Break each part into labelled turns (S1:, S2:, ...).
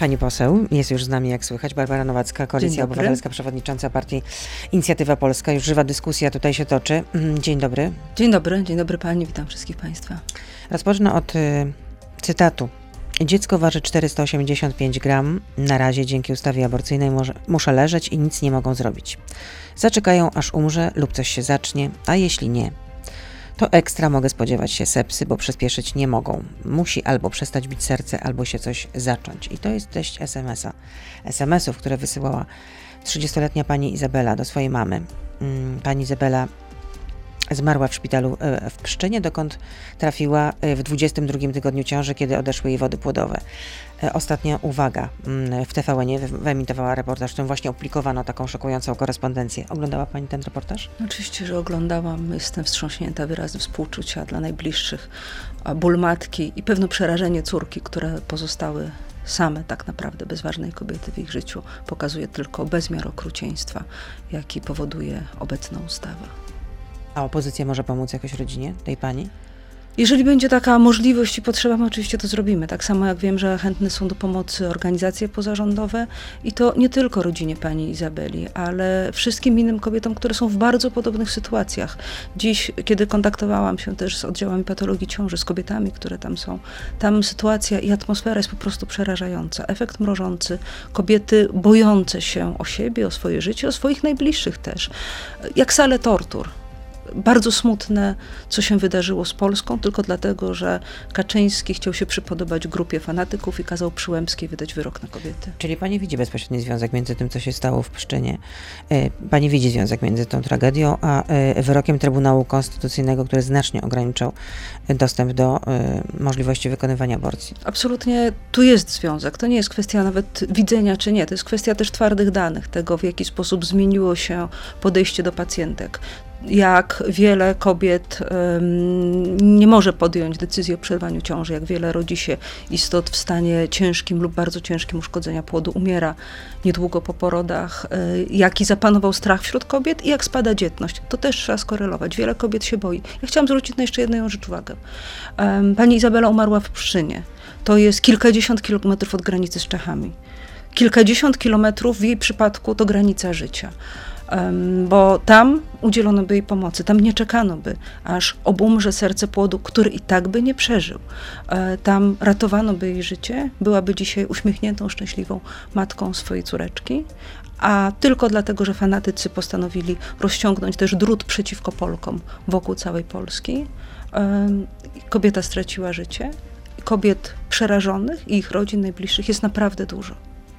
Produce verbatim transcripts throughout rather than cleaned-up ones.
S1: Pani poseł jest już z nami, jak słychać. Barbara Nowacka, Koalicja Obywatelska, przewodnicząca partii Inicjatywa Polska. Już żywa dyskusja tutaj się toczy. Dzień dobry.
S2: Dzień dobry, dzień dobry pani, witam wszystkich państwa.
S1: Rozpocznę od y, cytatu. Dziecko waży czterysta osiemdziesiąt pięć gram. Na razie dzięki ustawie aborcyjnej może, muszę leżeć i nic nie mogą zrobić. Zaczekają, aż umrze lub coś się zacznie, a jeśli nie, to ekstra mogę spodziewać się sepsy, bo przyspieszyć nie mogą. Musi albo przestać bić serce, albo się coś zacząć. I to jest treść es em es a. es em esów, które wysyłała trzydziestoletnia pani Izabela do swojej mamy. Pani Izabela zmarła w szpitalu w Pszczynie, dokąd trafiła w dwudziestym drugim tygodniu ciąży, kiedy odeszły jej wody płodowe. Ostatnia uwaga. W T V N wyemitowała reportaż, w którym właśnie oplikowano taką szokującą korespondencję. Oglądała pani ten reportaż?
S2: Oczywiście, że oglądałam. Jestem wstrząśnięta, wyrazy współczucia dla najbliższych. Ból matki i pewno przerażenie córki, które pozostały same tak naprawdę bez ważnej kobiety w ich życiu, pokazuje tylko bezmiar okrucieństwa, jaki powoduje obecna ustawa.
S1: A opozycja może pomóc jakoś rodzinie tej pani?
S2: Jeżeli będzie taka możliwość i potrzeba, my oczywiście to zrobimy. Tak samo jak wiem, że chętne są do pomocy organizacje pozarządowe i to nie tylko rodzinie pani Izabeli, ale wszystkim innym kobietom, które są w bardzo podobnych sytuacjach. Dziś, kiedy kontaktowałam się też z oddziałami patologii ciąży, z kobietami, które tam są, tam sytuacja i atmosfera jest po prostu przerażająca. Efekt mrożący, kobiety bojące się o siebie, o swoje życie, o swoich najbliższych też. Jak sale tortur. Bardzo smutne, co się wydarzyło z Polską, tylko dlatego, że Kaczyński chciał się przypodobać grupie fanatyków i kazał Przyłębskiej wydać wyrok na kobiety.
S1: Czyli pani widzi bezpośredni związek między tym, co się stało w Pszczynie. Pani widzi związek między tą tragedią, a wyrokiem Trybunału Konstytucyjnego, który znacznie ograniczał dostęp do możliwości wykonywania aborcji.
S2: Absolutnie tu jest związek. To nie jest kwestia nawet widzenia czy nie. To jest kwestia też twardych danych, tego w jaki sposób zmieniło się podejście do pacjentek. Jak wiele kobiet um, nie może podjąć decyzji o przerwaniu ciąży, jak wiele rodzi się istot w stanie ciężkim lub bardzo ciężkim uszkodzenia płodu, umiera niedługo po porodach, y, jaki zapanował strach wśród kobiet i jak spada dzietność. To też trzeba skorelować. Wiele kobiet się boi. Ja chciałam zwrócić na jeszcze jedną rzecz uwagę. Um, pani Izabela umarła w Pszczynie. To jest kilkadziesiąt kilometrów od granicy z Czechami. Kilkadziesiąt kilometrów w jej przypadku to granica życia. Um, bo tam udzielono by jej pomocy, tam nie czekano by, aż obumrze serce płodu, który i tak by nie przeżył. E, tam ratowano by jej życie, byłaby dzisiaj uśmiechniętą, szczęśliwą matką swojej córeczki, a tylko dlatego, że fanatycy postanowili rozciągnąć też drut przeciwko Polkom wokół całej Polski, e, kobieta straciła życie. Kobiet przerażonych i ich rodzin najbliższych jest naprawdę dużo.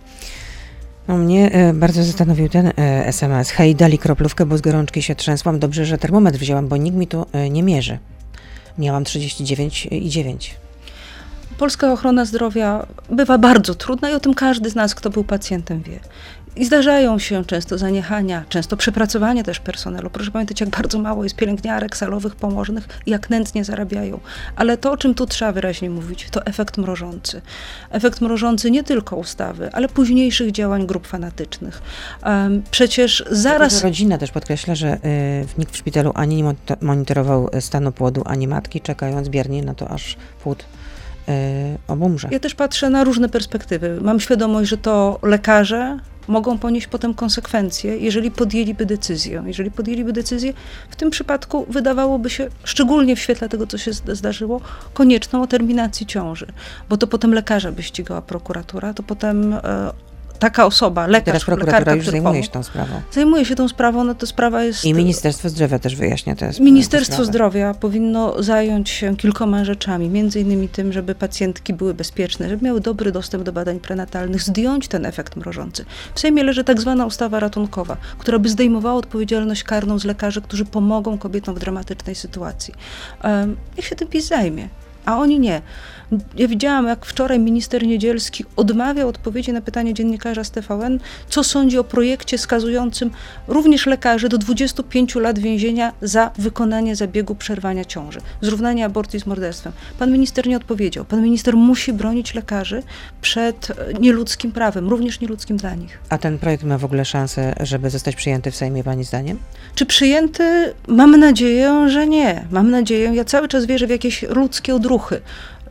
S1: No, mnie e, bardzo zastanowił ten e, es em es. Hej, dali kroplówkę, bo z gorączki się trzęsłam. Dobrze, że termometr wzięłam, bo nikt mi tu e, nie mierzy. Miałam trzydzieści dziewięć i dziewięć.
S2: Polska ochrona zdrowia bywa bardzo trudna i o tym każdy z nas, kto był pacjentem, wie. I zdarzają się często zaniechania, często przepracowanie też personelu. Proszę pamiętać, jak bardzo mało jest pielęgniarek, salowych, położnych i jak nędznie zarabiają. Ale to, o czym tu trzeba wyraźnie mówić, to efekt mrożący. Efekt mrożący nie tylko ustawy, ale późniejszych działań grup fanatycznych. Um, przecież zaraz...
S1: To rodzina też podkreśla, że y, nikt w szpitalu ani nie monitorował stanu płodu, ani matki, czekając biernie na to, aż płód y, obumrze.
S2: Ja też patrzę na różne perspektywy. Mam świadomość, że to lekarze mogą ponieść potem konsekwencje, jeżeli podjęliby decyzję. Jeżeli podjęliby decyzję, w tym przypadku wydawałoby się, szczególnie w świetle tego, co się zdarzyło, konieczną o terminacji ciąży. Bo to potem lekarza by ścigała prokuratura, to potem e, taka osoba, lekarz,
S1: teraz prokuratura
S2: lekarka,
S1: już zajmuje się tą sprawą.
S2: Zajmuje się tą sprawą, no to sprawa jest...
S1: I Ministerstwo Zdrowia też wyjaśnia tę sprawę.
S2: Ministerstwo Zdrowia powinno zająć się kilkoma rzeczami, między innymi tym, żeby pacjentki były bezpieczne, żeby miały dobry dostęp do badań prenatalnych, zdjąć ten efekt mrożący. W Sejmie leży tak zwana ustawa ratunkowa, która by zdejmowała odpowiedzialność karną z lekarzy, którzy pomogą kobietom w dramatycznej sytuacji. Um, niech się tym PiS zajmie. A oni nie. Ja widziałam, jak wczoraj minister Niedzielski odmawiał odpowiedzi na pytanie dziennikarza z T V N, co sądzi o projekcie skazującym również lekarzy do dwudziestu pięciu lat więzienia za wykonanie zabiegu przerwania ciąży. Zrównanie aborcji z morderstwem. Pan minister nie odpowiedział. Pan minister musi bronić lekarzy przed nieludzkim prawem, również nieludzkim dla nich.
S1: A ten projekt ma w ogóle szansę, żeby zostać przyjęty w Sejmie, pani zdaniem?
S2: Czy przyjęty? Mam nadzieję, że nie. Mam nadzieję, ja cały czas wierzę w jakieś ludzkie odruchy.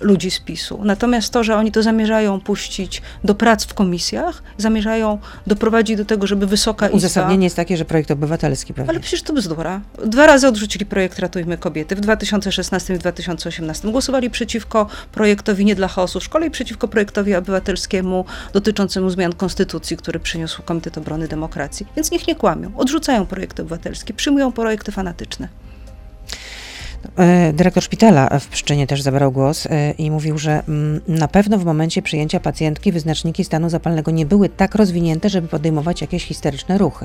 S2: ludzi z PiSu. Natomiast to, że oni to zamierzają puścić do prac w komisjach, zamierzają doprowadzić do tego, żeby Wysoka Izba...
S1: Uzasadnienie jest takie, że projekt obywatelski pewnie.
S2: Ale przecież to bzdura. Dwa razy odrzucili projekt Ratujmy Kobiety w dwa tysiące szesnastym i w dwa tysiące osiemnastym. Głosowali przeciwko projektowi Nie dla chaosu w szkole i przeciwko projektowi obywatelskiemu dotyczącemu zmian konstytucji, który przyniósł Komitet Obrony Demokracji. Więc niech nie kłamią. Odrzucają projekty obywatelskie, przyjmują projekty fanatyczne.
S1: Dyrektor szpitala w Pszczynie też zabrał głos i mówił, że na pewno w momencie przyjęcia pacjentki wyznaczniki stanu zapalnego nie były tak rozwinięte, żeby podejmować jakieś histeryczne ruchy.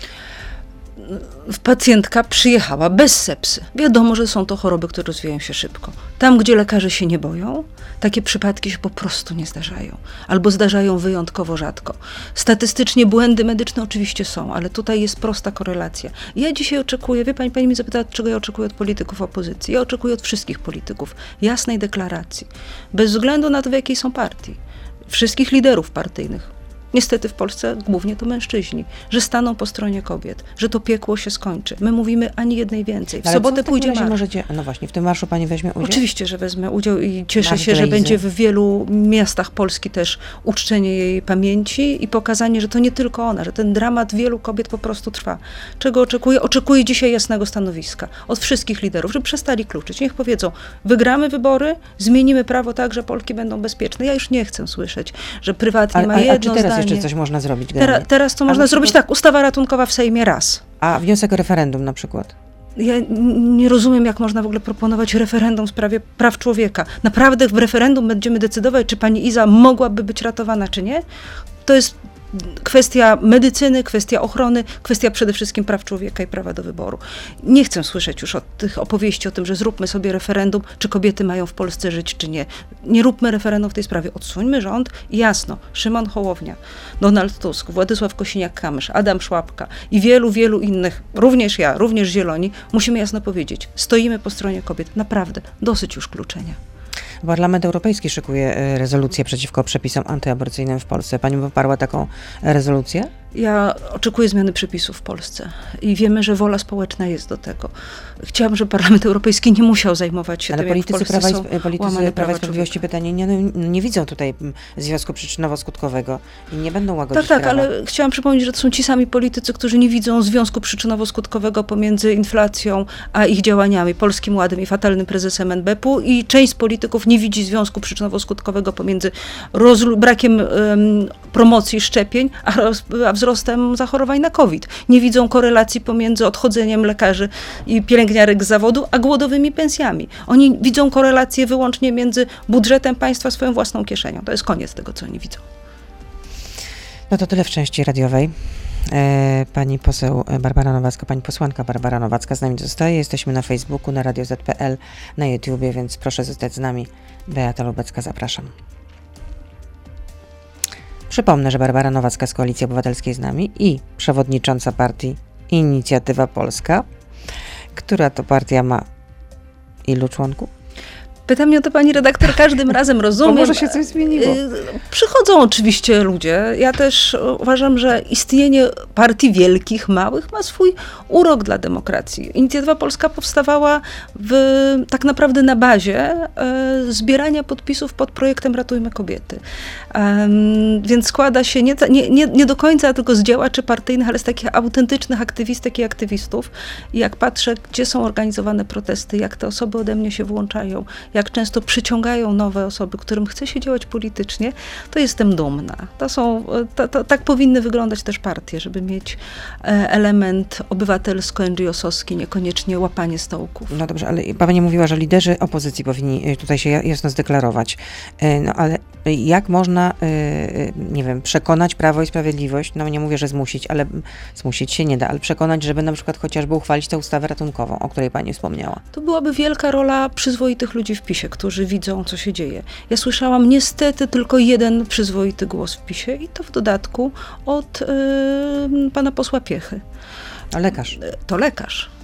S2: Pacjentka przyjechała bez sepsy. Wiadomo, że są to choroby, które rozwijają się szybko. Tam, gdzie lekarze się nie boją, takie przypadki się po prostu nie zdarzają. Albo zdarzają wyjątkowo rzadko. Statystycznie błędy medyczne oczywiście są, ale tutaj jest prosta korelacja. Ja dzisiaj oczekuję, wie pani, pani mi zapytała, czego ja oczekuję od polityków opozycji. Ja oczekuję od wszystkich polityków jasnej deklaracji. Bez względu na to, w jakiej są partii. Wszystkich liderów partyjnych. Niestety w Polsce głównie to mężczyźni, że staną po stronie kobiet, że to piekło się skończy. My mówimy ani jednej więcej. W
S1: Ale
S2: sobotę
S1: w
S2: pójdzie marsz.
S1: Możecie, no właśnie, w tym marszu pani weźmie udział?
S2: Oczywiście, że wezmę udział i cieszę
S1: Marsz
S2: się, że
S1: Gleizy.
S2: będzie w wielu miastach Polski też uczczenie jej pamięci i pokazanie, że to nie tylko ona, że ten dramat wielu kobiet po prostu trwa. Czego oczekuję? Oczekuję dzisiaj jasnego stanowiska od wszystkich liderów, żeby przestali kluczyć. Niech powiedzą, wygramy wybory, zmienimy prawo tak, że Polki będą bezpieczne. Ja już nie chcę słyszeć, że prywatnie
S1: A,
S2: ma
S1: a,
S2: jedno
S1: a czy teraz
S2: zdanie.
S1: jeszcze coś można zrobić?
S2: Tera, teraz to można
S1: na
S2: zrobić
S1: przykład-
S2: tak, ustawa ratunkowa w Sejmie raz.
S1: A wniosek o referendum na przykład?
S2: Ja n- nie rozumiem, jak można w ogóle proponować referendum w sprawie praw człowieka. Naprawdę w referendum będziemy decydować, czy pani Iza mogłaby być ratowana, czy nie? To jest kwestia medycyny, kwestia ochrony, kwestia przede wszystkim praw człowieka i prawa do wyboru. Nie chcę słyszeć już od tych opowieści o tym, że zróbmy sobie referendum, czy kobiety mają w Polsce żyć, czy nie. Nie róbmy referendum w tej sprawie. Odsuńmy rząd i jasno, Szymon Hołownia, Donald Tusk, Władysław Kosiniak-Kamysz, Adam Szłapka i wielu, wielu innych, również ja, również Zieloni, musimy jasno powiedzieć, stoimy po stronie kobiet. Naprawdę, dosyć już kluczenia.
S1: Parlament Europejski szykuje e, rezolucję przeciwko przepisom antyaborcyjnym w Polsce. Pani poparła taką rezolucję?
S2: Ja oczekuję zmiany przepisów w Polsce i wiemy, że wola społeczna jest do tego. Chciałabym, żeby Parlament Europejski nie musiał zajmować się
S1: Ale
S2: tym, jak w
S1: politycy
S2: Polsce
S1: Prawa i,
S2: są
S1: Sp- politycy
S2: łamane
S1: Prawa
S2: prawa
S1: i Sprawiedliwości
S2: człowieka.
S1: pytanie nie, nie, nie widzą tutaj mm, związku przyczynowo-skutkowego i nie będą łagodzić
S2: Tak, tak,
S1: prawa.
S2: ale chciałam przypomnieć, że to są ci sami politycy, którzy nie widzą związku przyczynowo-skutkowego pomiędzy inflacją a ich działaniami, Polskim Ładem i fatalnym prezesem en be pe u i część z polityków nie widzi związku przyczynowo-skutkowego pomiędzy rozlu- brakiem um, promocji szczepień, a, roz- a wzrostem zachorowań na COVID. Nie widzą korelacji pomiędzy odchodzeniem lekarzy i pielęgniarek z zawodu, a głodowymi pensjami. Oni widzą korelację wyłącznie między budżetem państwa, swoją własną kieszenią. To jest koniec tego, co oni widzą.
S1: No to tyle w części radiowej. E, pani poseł Barbara Nowacka, pani posłanka Barbara Nowacka z nami zostaje. Jesteśmy na Facebooku, na radio zet kropka pe el, na YouTubie, więc proszę zostać z nami. Beata Lubecka, zapraszam. Przypomnę, że Barbara Nowacka z Koalicji Obywatelskiej z nami i przewodnicząca partii Inicjatywa Polska, która to partia ma ilu członków?
S2: Pyta mnie o to pani redaktor każdym razem, rozumiem.
S1: Bo może się coś zmieniło.
S2: Y, Przychodzą oczywiście ludzie. Ja też uważam, że istnienie partii wielkich, małych ma swój urok dla demokracji. Inicjatywa Polska powstawała w, tak naprawdę na bazie e, zbierania podpisów pod projektem Ratujmy Kobiety. Um, więc składa się nie, nie, nie, nie do końca tylko z działaczy partyjnych, ale z takich autentycznych aktywistek i aktywistów. I jak patrzę, gdzie są organizowane protesty, jak te osoby ode mnie się włączają, jak często przyciągają nowe osoby, którym chce się działać politycznie, to jestem dumna. To są, to, to, tak powinny wyglądać też partie, żeby mieć element obywatelsko-en dżi osowski, niekoniecznie łapanie stołków.
S1: No dobrze, ale pani mówiła, że liderzy opozycji powinni tutaj się jasno zdeklarować. No ale jak można, nie wiem, przekonać Prawo i Sprawiedliwość, no nie mówię, że zmusić, ale zmusić się nie da, ale przekonać, żeby na przykład chociażby uchwalić tę ustawę ratunkową, o której pani wspomniała?
S2: To byłaby wielka rola przyzwoitych ludzi w PiSie, którzy widzą, co się dzieje. Ja słyszałam niestety tylko jeden przyzwoity głos w PiSie i to w dodatku od y, pana posła Piechy.
S1: A lekarz?
S2: To lekarz.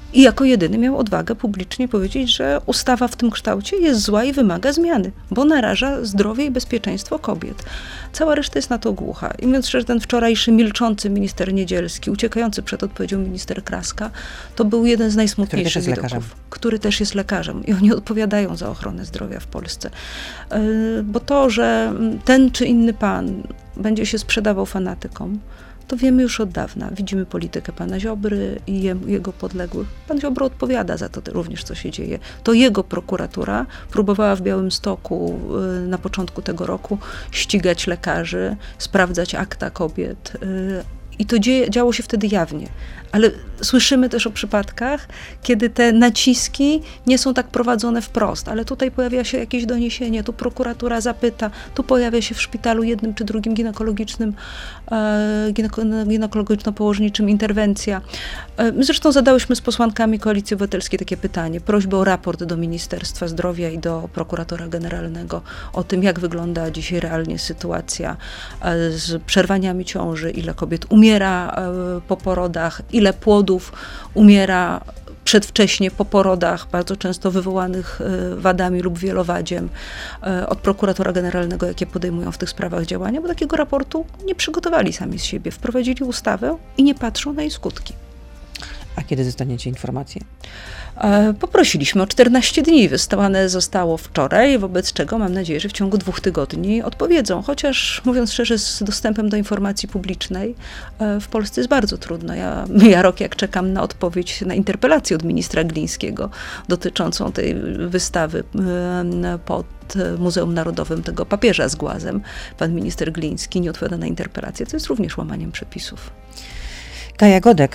S2: I jako jedyny miał odwagę publicznie powiedzieć, że ustawa w tym kształcie jest zła i wymaga zmiany, bo naraża zdrowie i bezpieczeństwo kobiet. Cała reszta jest na to głucha. I mówiąc szczerze, ten wczorajszy milczący minister Niedzielski, uciekający przed odpowiedzią minister Kraska, to był jeden z najsmutniejszych
S1: który
S2: widoków.
S1: też jest lekarzem.
S2: Który też jest lekarzem. I oni odpowiadają za ochronę zdrowia w Polsce. Yy, bo to, że ten czy inny pan będzie się sprzedawał fanatykom, to wiemy już od dawna. Widzimy politykę pana Ziobry i je, jego podległych. Pan Ziobro odpowiada za to również, co się dzieje. To jego prokuratura próbowała w Białymstoku y, na początku tego roku ścigać lekarzy, sprawdzać akta kobiet. Y, I to dzieje, działo się wtedy jawnie. Ale słyszymy też o przypadkach, kiedy te naciski nie są tak prowadzone wprost, ale tutaj pojawia się jakieś doniesienie, tu prokuratura zapyta, tu pojawia się w szpitalu jednym czy drugim ginekologicznym, e, gineko- ginekologiczno-położniczym interwencja. E, my zresztą zadałyśmy z posłankami Koalicji Obywatelskiej takie pytanie, prośbę o raport do Ministerstwa Zdrowia i do prokuratora generalnego o tym, jak wygląda dzisiaj realnie sytuacja e, z przerwaniami ciąży, ile kobiet umiera e, po porodach, ile płodów umiera przedwcześnie po porodach, bardzo często wywołanych wadami lub wielowadziem, od prokuratora generalnego, jakie podejmują w tych sprawach działania, bo takiego raportu nie przygotowali sami z siebie. Wprowadzili ustawę i nie patrzą na jej skutki.
S1: A kiedy dostaniecie informacje?
S2: Poprosiliśmy o czternaście dni, wysłane zostało wczoraj, wobec czego mam nadzieję, że w ciągu dwóch tygodni odpowiedzą. Chociaż, mówiąc szczerze, z dostępem do informacji publicznej w Polsce jest bardzo trudno. Ja, ja rok jak czekam na odpowiedź na interpelację od ministra Glińskiego dotyczącą tej wystawy pod Muzeum Narodowym tego papieża z głazem. Pan minister Gliński nie odpowiada na interpelację, co jest również łamaniem przepisów.
S1: Kaja Godek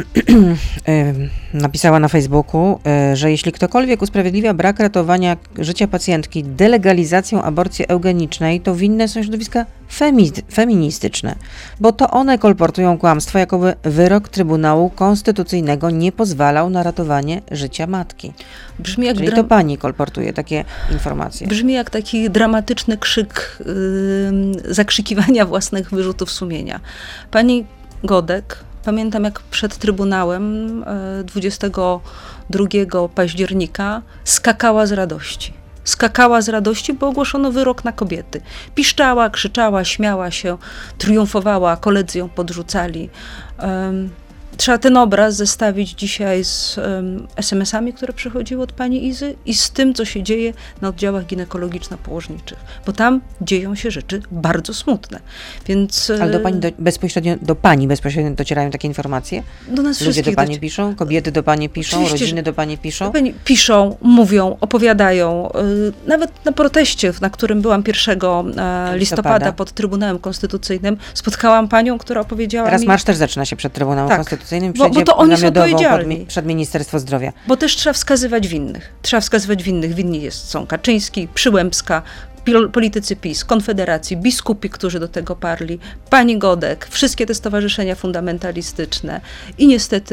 S1: napisała na Facebooku, że jeśli ktokolwiek usprawiedliwia brak ratowania życia pacjentki delegalizacją aborcji eugenicznej, to winne są środowiska femi- feministyczne, bo to one kolportują kłamstwo, jakoby wyrok Trybunału Konstytucyjnego nie pozwalał na ratowanie życia matki.
S2: Brzmi jak
S1: Czyli
S2: dra-
S1: to pani kolportuje takie informacje.
S2: Brzmi jak taki dramatyczny krzyk yy, zakrzykiwania własnych wyrzutów sumienia. Pani Godek, pamiętam, jak przed Trybunałem dwudziestego drugiego października skakała z radości. Skakała z radości, bo ogłoszono wyrok na kobiety. Piszczała, krzyczała, śmiała się, triumfowała, koledzy ją podrzucali. Um, Trzeba ten obraz zestawić dzisiaj z um, es em esami, które przychodziły od pani Izy i z tym, co się dzieje na oddziałach ginekologiczno-położniczych, bo tam dzieją się rzeczy bardzo smutne. Więc,
S1: Ale do pani do, bezpośrednio, do pani bezpośrednio docierają takie informacje?
S2: Do nas
S1: Ludzie do pani
S2: doci-
S1: piszą, kobiety do pani piszą,
S2: Oczywiście,
S1: rodziny
S2: że-
S1: do pani piszą?
S2: Pani piszą, mówią, opowiadają. Yy, nawet na proteście, na którym byłam pierwszego e, listopada,
S1: Listopada
S2: pod Trybunałem Konstytucyjnym, spotkałam panią, która opowiedziała
S1: Teraz
S2: mi...
S1: marsz też zaczyna się przed Trybunałem
S2: Tak,
S1: Konstytucyjnym,
S2: bo- bo
S1: przejdzie
S2: to oni są
S1: namiotową pod,
S2: odpowiedzialni.
S1: mi- przed Ministerstwo Zdrowia.
S2: Bo też trzeba wskazywać winnych. Trzeba wskazywać winnych. Winni jest, są Kaczyński, Przyłębska, pil- politycy PiS, Konfederacji, biskupi, którzy do tego parli, pani Godek, wszystkie te stowarzyszenia fundamentalistyczne i niestety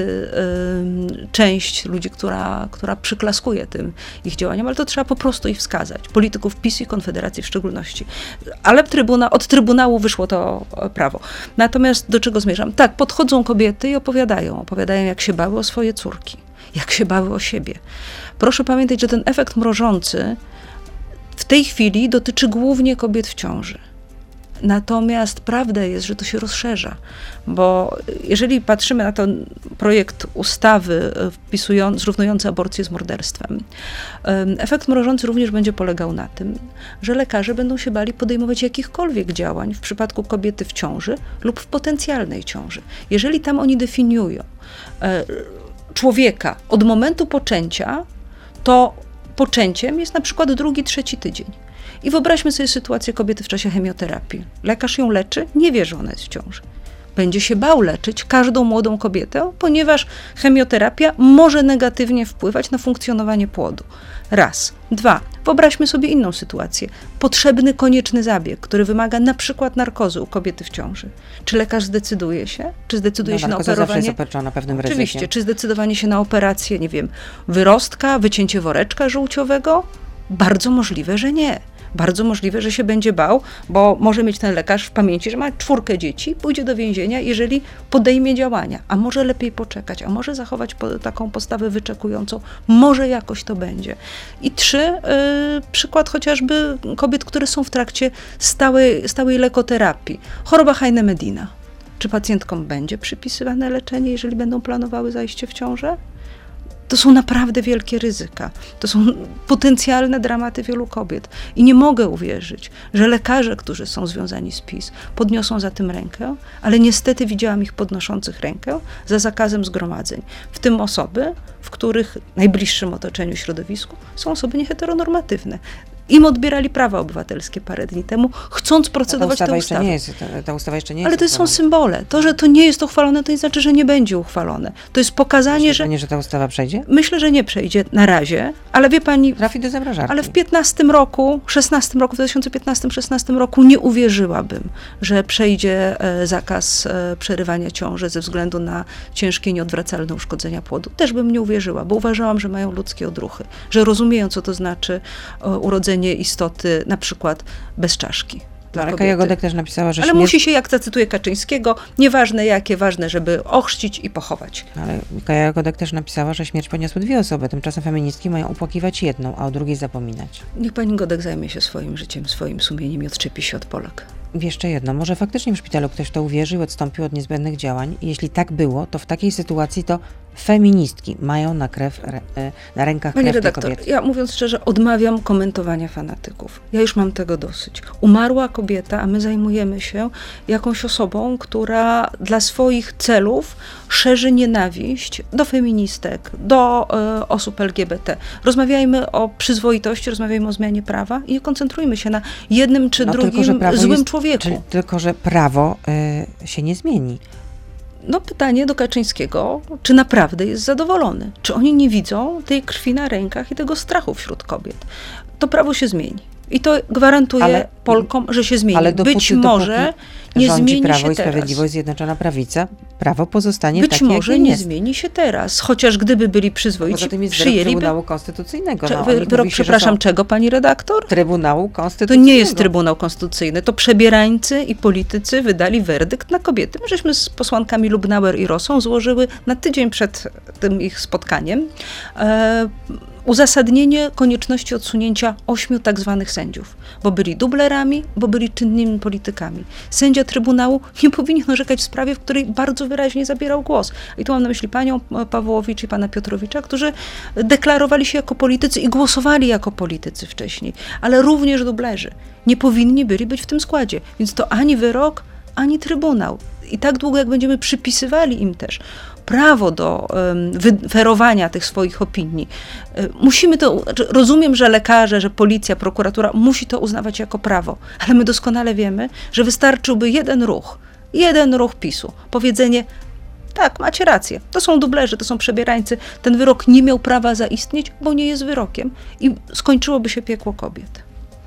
S2: y, część ludzi, która, która przyklaskuje tym ich działaniom, ale to trzeba po prostu ich wskazać. Polityków PiS i Konfederacji w szczególności. Ale trybuna, od Trybunału wyszło to prawo. Natomiast do czego zmierzam? Tak, podchodzą kobiety i opowiadają. Opowiadają, jak się bały o swoje córki, jak się bały o siebie. Proszę pamiętać, że ten efekt mrożący w tej chwili dotyczy głównie kobiet w ciąży. Natomiast prawda jest, że to się rozszerza, bo jeżeli patrzymy na ten projekt ustawy wpisujący, zrównujący aborcję z morderstwem, efekt mrożący również będzie polegał na tym, że lekarze będą się bali podejmować jakichkolwiek działań w przypadku kobiety w ciąży lub w potencjalnej ciąży. Jeżeli tam oni definiują człowieka od momentu poczęcia, to poczęciem jest na przykład drugi, trzeci tydzień. I wyobraźmy sobie sytuację kobiety w czasie chemioterapii. Lekarz ją leczy, nie wie, że ona jest w ciąży. Będzie się bał leczyć każdą młodą kobietę, ponieważ chemioterapia może negatywnie wpływać na funkcjonowanie płodu. Raz. Dwa. Wyobraźmy sobie inną sytuację. Potrzebny, konieczny zabieg, który wymaga na przykład narkozy u kobiety w ciąży. Czy lekarz zdecyduje się? Czy zdecyduje
S1: No,
S2: się na
S1: narkoza zawsze
S2: operowanie?
S1: jest obarczona pewnym ryzykiem.
S2: Oczywiście. Czy zdecydowanie się na operację, nie wiem, wyrostka, wycięcie woreczka żółciowego? Bardzo możliwe, że nie. Bardzo możliwe, że się będzie bał, bo może mieć ten lekarz w pamięci, że ma czwórkę dzieci, pójdzie do więzienia, jeżeli podejmie działania. A może lepiej poczekać, a może zachować po, taką postawę wyczekującą, może jakoś to będzie. I trzy, yy, przykład chociażby kobiet, które są w trakcie stałej, stałej lekoterapii. Choroba Heine-Medina. Czy pacjentkom będzie przypisywane leczenie, jeżeli będą planowały zajście w ciążę? To są naprawdę wielkie ryzyka. To są potencjalne dramaty wielu kobiet. I nie mogę uwierzyć, że lekarze, którzy są związani z PiS, podniosą za tym rękę, ale niestety widziałam ich podnoszących rękę za zakazem zgromadzeń. W tym osoby, w których najbliższym otoczeniu środowisku są osoby nieheteronormatywne. Im odbierali prawa obywatelskie parę dni temu, chcąc procedować tę ustawę.
S1: Nie jest, ta, ta ustawa jeszcze nie jest
S2: Ale to
S1: uchwalona.
S2: są symbole. To, że to nie jest uchwalone, to nie znaczy, że nie będzie uchwalone. To jest pokazanie,
S1: Myśli
S2: że...
S1: pani, że ta ustawa przejdzie?
S2: Myślę, że nie przejdzie na razie, ale wie pani...
S1: Trafi do zamrażarki.
S2: Ale w piętnastym roku, szesnastym roku, w dwa tysiące piętnastym szesnastym roku nie uwierzyłabym, że przejdzie e, zakaz e, przerywania ciąży ze względu na ciężkie i nieodwracalne uszkodzenia płodu. Też bym nie uwierzyła, bo uważałam, że mają ludzkie odruchy, że rozumieją, co to znaczy e, urodzenie istoty na przykład bez czaszki.
S1: No, ale Kaja Godek też napisała, że
S2: Ale
S1: śmierć...
S2: musi się, jak zacytuję Kaczyńskiego, nieważne jakie, ważne, żeby ochrzcić i pochować.
S1: Ale Kaja Godek też napisała, że śmierć poniosły dwie osoby, tymczasem feministki mają opłakiwać jedną, a o drugiej zapominać.
S2: Niech pani Godek zajmie się swoim życiem, swoim sumieniem i odczepi się od Polak.
S1: I jeszcze jedno, może faktycznie w szpitalu ktoś w to uwierzył i odstąpił od niezbędnych działań. I jeśli tak było, to w takiej sytuacji to feministki mają na krew, na rękach
S2: Pani
S1: krew
S2: redaktor,
S1: tej kobiety.
S2: ja mówiąc szczerze, odmawiam komentowania fanatyków. Ja już mam tego dosyć. Umarła kobieta, a my zajmujemy się jakąś osobą, która dla swoich celów szerzy nienawiść do feministek, do y, osób L G B T. Rozmawiajmy o przyzwoitości, rozmawiajmy o zmianie prawa i nie koncentrujmy się na jednym czy
S1: No,
S2: drugim
S1: tylko, że prawo
S2: złym
S1: jest,
S2: człowieku.
S1: Czyli, tylko, że prawo y, się nie zmieni.
S2: No pytanie do Kaczyńskiego, czy naprawdę jest zadowolony? Czy oni nie widzą tej krwi na rękach i tego strachu wśród kobiet? To prawo się zmieni. I to gwarantuje
S1: ale,
S2: Polkom, że się zmieni.
S1: Ale dopóty,
S2: Być może nie
S1: rządzi
S2: zmieni
S1: Prawo
S2: się
S1: i Sprawiedliwość,
S2: teraz.
S1: Zjednoczona Prawica, prawo pozostanie
S2: Być
S1: takie,
S2: może
S1: jakie
S2: nie
S1: jest.
S2: zmieni się teraz. Chociaż gdyby byli przyzwoici,
S1: Poza tym jest wyrok
S2: przyjęliby...
S1: Trybunału Konstytucyjnego.
S2: Cze-
S1: No,
S2: wy-
S1: oni
S2: wyrok,
S1: mówi się,
S2: przepraszam,
S1: że są
S2: czego, pani redaktor?
S1: Trybunału
S2: To
S1: Konstytucyjnego.
S2: nie jest Trybunał Konstytucyjny, to przebierańcy i politycy wydali werdykt na kobiety. My żeśmy z posłankami Lubnauer i Rosą złożyły na tydzień przed tym ich spotkaniem e, uzasadnienie konieczności odsunięcia ośmiu tak zwanych sędziów, bo byli dublerami, bo byli czynnymi politykami. Sędzia Trybunału nie powinien orzekać w sprawie, w której bardzo wyraźnie zabierał głos. I tu mam na myśli panią Pawłowicz i pana Piotrowicza, którzy deklarowali się jako politycy i głosowali jako politycy wcześniej, ale również dublerzy. Nie powinni byli być w tym składzie. Więc to ani wyrok, ani Trybunał. I tak długo, jak będziemy przypisywali im też prawo do um, wyferowania tych swoich opinii, um, musimy to, znaczy rozumiem, że lekarze, że policja, prokuratura musi to uznawać jako prawo, ale my doskonale wiemy, że wystarczyłby jeden ruch, jeden ruch PiSu, powiedzenie: tak, macie rację, to są dublerzy, to są przebierańcy, ten wyrok nie miał prawa zaistnieć, bo nie jest wyrokiem i skończyłoby się piekło kobiet.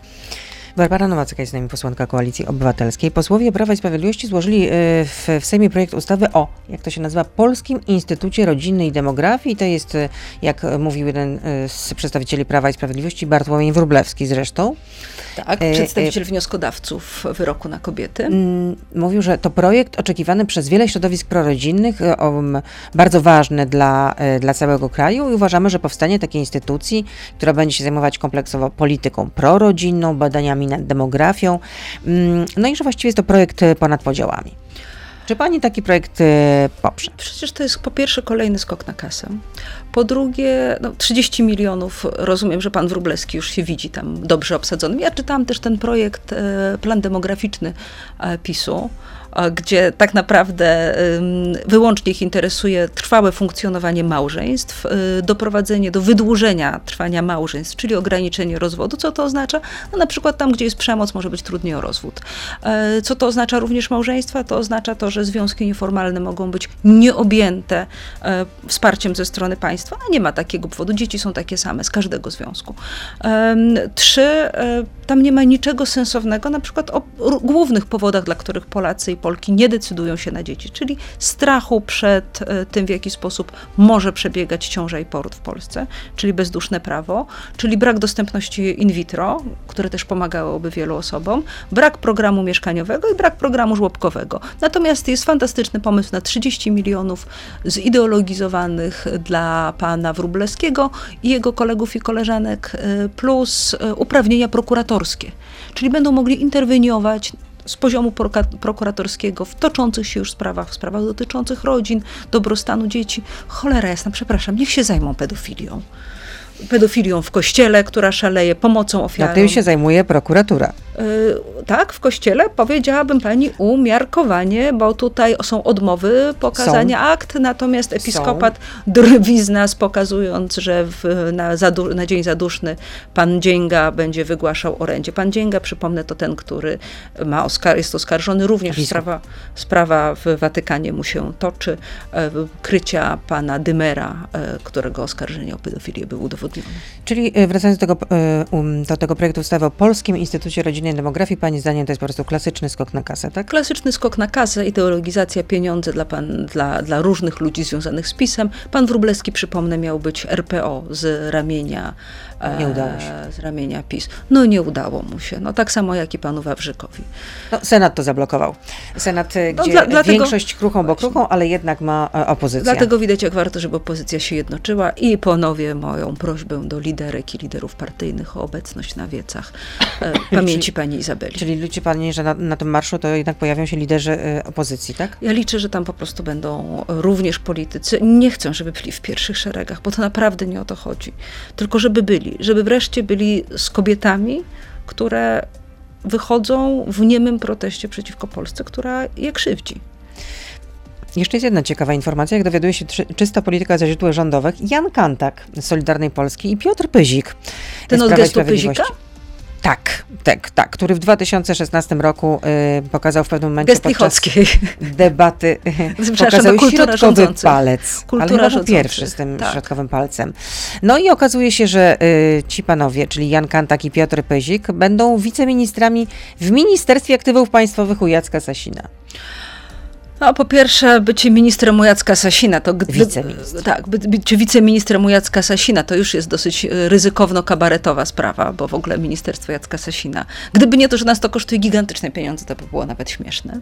S1: Barbara Nowacka jest z nami, posłanka Koalicji Obywatelskiej. Posłowie Prawa i Sprawiedliwości złożyli w, w Sejmie projekt ustawy o, jak to się nazywa, Polskim Instytucie Rodziny i Demografii. To jest, jak mówił jeden z przedstawicieli Prawa i Sprawiedliwości, Bartłomiej Wróblewski zresztą.
S2: Tak, przedstawiciel wnioskodawców wyroku na kobiety.
S1: Mówił, że to projekt oczekiwany przez wiele środowisk prorodzinnych, um, bardzo ważny dla, dla całego kraju i uważamy, że powstanie takiej instytucji, która będzie się zajmować kompleksowo polityką prorodzinną, badaniami nad demografią, no i że właściwie jest to projekt ponad podziałami. Czy pani taki projekt poprze?
S2: Przecież to jest po pierwsze kolejny skok na kasę. Po drugie, no, trzydzieści milionów, rozumiem, że pan Wróblewski już się widzi tam dobrze obsadzonym. Ja czytałam też ten projekt, plan demograficzny PiSu, gdzie tak naprawdę wyłącznie ich interesuje trwałe funkcjonowanie małżeństw, doprowadzenie do wydłużenia trwania małżeństw, czyli ograniczenie rozwodu. Co to oznacza? No, na przykład tam, gdzie jest przemoc, może być trudniej o rozwód. Co to oznacza również małżeństwa? To oznacza to, że związki nieformalne mogą być nieobjęte wsparciem ze strony państwa, a nie ma takiego powodu. Dzieci są takie same z każdego związku. Trzy, tam nie ma niczego sensownego, na przykład o r- głównych powodach, dla których Polacy i Polki nie decydują się na dzieci, czyli strachu przed e, tym, w jaki sposób może przebiegać ciąża i poród w Polsce, czyli bezduszne prawo, czyli brak dostępności in vitro, które też pomagałoby wielu osobom, brak programu mieszkaniowego i brak programu żłobkowego. Natomiast jest fantastyczny pomysł na trzydzieści milionów zideologizowanych dla pana Wróblewskiego i jego kolegów i koleżanek, e, plus e, uprawnienia prokuratorskie. Czyli będą mogli interweniować z poziomu proka- prokuratorskiego w toczących się już sprawach, w sprawach dotyczących rodzin, dobrostanu dzieci. Cholera jasna, przepraszam, niech się zajmą pedofilią. Pedofilią w kościele, która szaleje, pomocą ofiarom.
S1: No tym się zajmuje prokuratura.
S2: Yy, tak, w kościele powiedziałabym pani umiarkowanie, bo tutaj są odmowy pokazania są. akt, natomiast episkopat są. drwi z nas, pokazując, że w, na, zadu, na dzień zaduszny pan Dzięga będzie wygłaszał orędzie. Pan Dzięga, przypomnę, to ten, który ma oskar, jest oskarżony, również sprawa, sprawa w Watykanie mu się toczy, e, krycia pana Dymera, e, którego oskarżenie o pedofilię było udowodnione.
S1: Czyli wracając do tego, do tego projektu ustawy o Polskim Instytucie Rodziny i Demografii, pani zdaniem to jest po prostu klasyczny skok na kasę, tak?
S2: Klasyczny skok na kasę, ideologizacja, pieniądze dla, pan, dla, dla różnych ludzi związanych z PiS-em. Pan Wróblewski, przypomnę, miał być R P O z ramienia,
S1: nie udało się.
S2: E, z ramienia PiS. No nie udało mu się. No tak samo jak i panu Wawrzykowi.
S1: No, Senat to zablokował. Senat,
S2: no,
S1: gdzie
S2: dla, dlatego,
S1: większość kruchą, bo kruchą, ale jednak ma opozycja.
S2: Dlatego widać, jak warto, żeby opozycja się jednoczyła i ponowię moją prośbę do liderek i liderów partyjnych o obecność na wiecach e, pamięci czyli, pani Izabeli.
S1: Czyli liczy pani, że na, na tym marszu to jednak pojawią się liderzy e, opozycji, tak?
S2: Ja liczę, że tam po prostu będą również politycy. Nie chcę, żeby byli w pierwszych szeregach, bo to naprawdę nie o to chodzi. Tylko żeby byli, żeby wreszcie byli z kobietami, które wychodzą w niemym proteście przeciwko Polsce, która je krzywdzi.
S1: Jeszcze jest jedna ciekawa informacja, jak dowiaduje się trzy, czysta polityka ze źródeł rządowych, Jan Kantak z Solidarnej Polski i Piotr Pyzik.
S2: Ten od gestu Pyzika?
S1: Tak, tak, tak, który w dwa tysiące szesnastym roku y, pokazał w pewnym momencie
S2: Gest
S1: podczas
S2: Lichockiej.
S1: debaty, pokazał środkowy rządzących. palec,
S2: Kultura
S1: ale chyba pierwszy z tym
S2: tak.
S1: środkowym palcem. No i okazuje się, że y, ci panowie, czyli Jan Kantak i Piotr Pyzik, będą wiceministrami w Ministerstwie Aktywów Państwowych u Jacka Sasina.
S2: No, po pierwsze, bycie ministrem u Jacka Sasina, to gdy,
S1: wiceministr.
S2: Tak, by, bycie wiceministrem u Jacka Sasina, to już jest dosyć ryzykowno-kabaretowa sprawa, bo w ogóle ministerstwo Jacka Sasina, gdyby nie to, że nas to kosztuje gigantyczne pieniądze, to by było nawet śmieszne.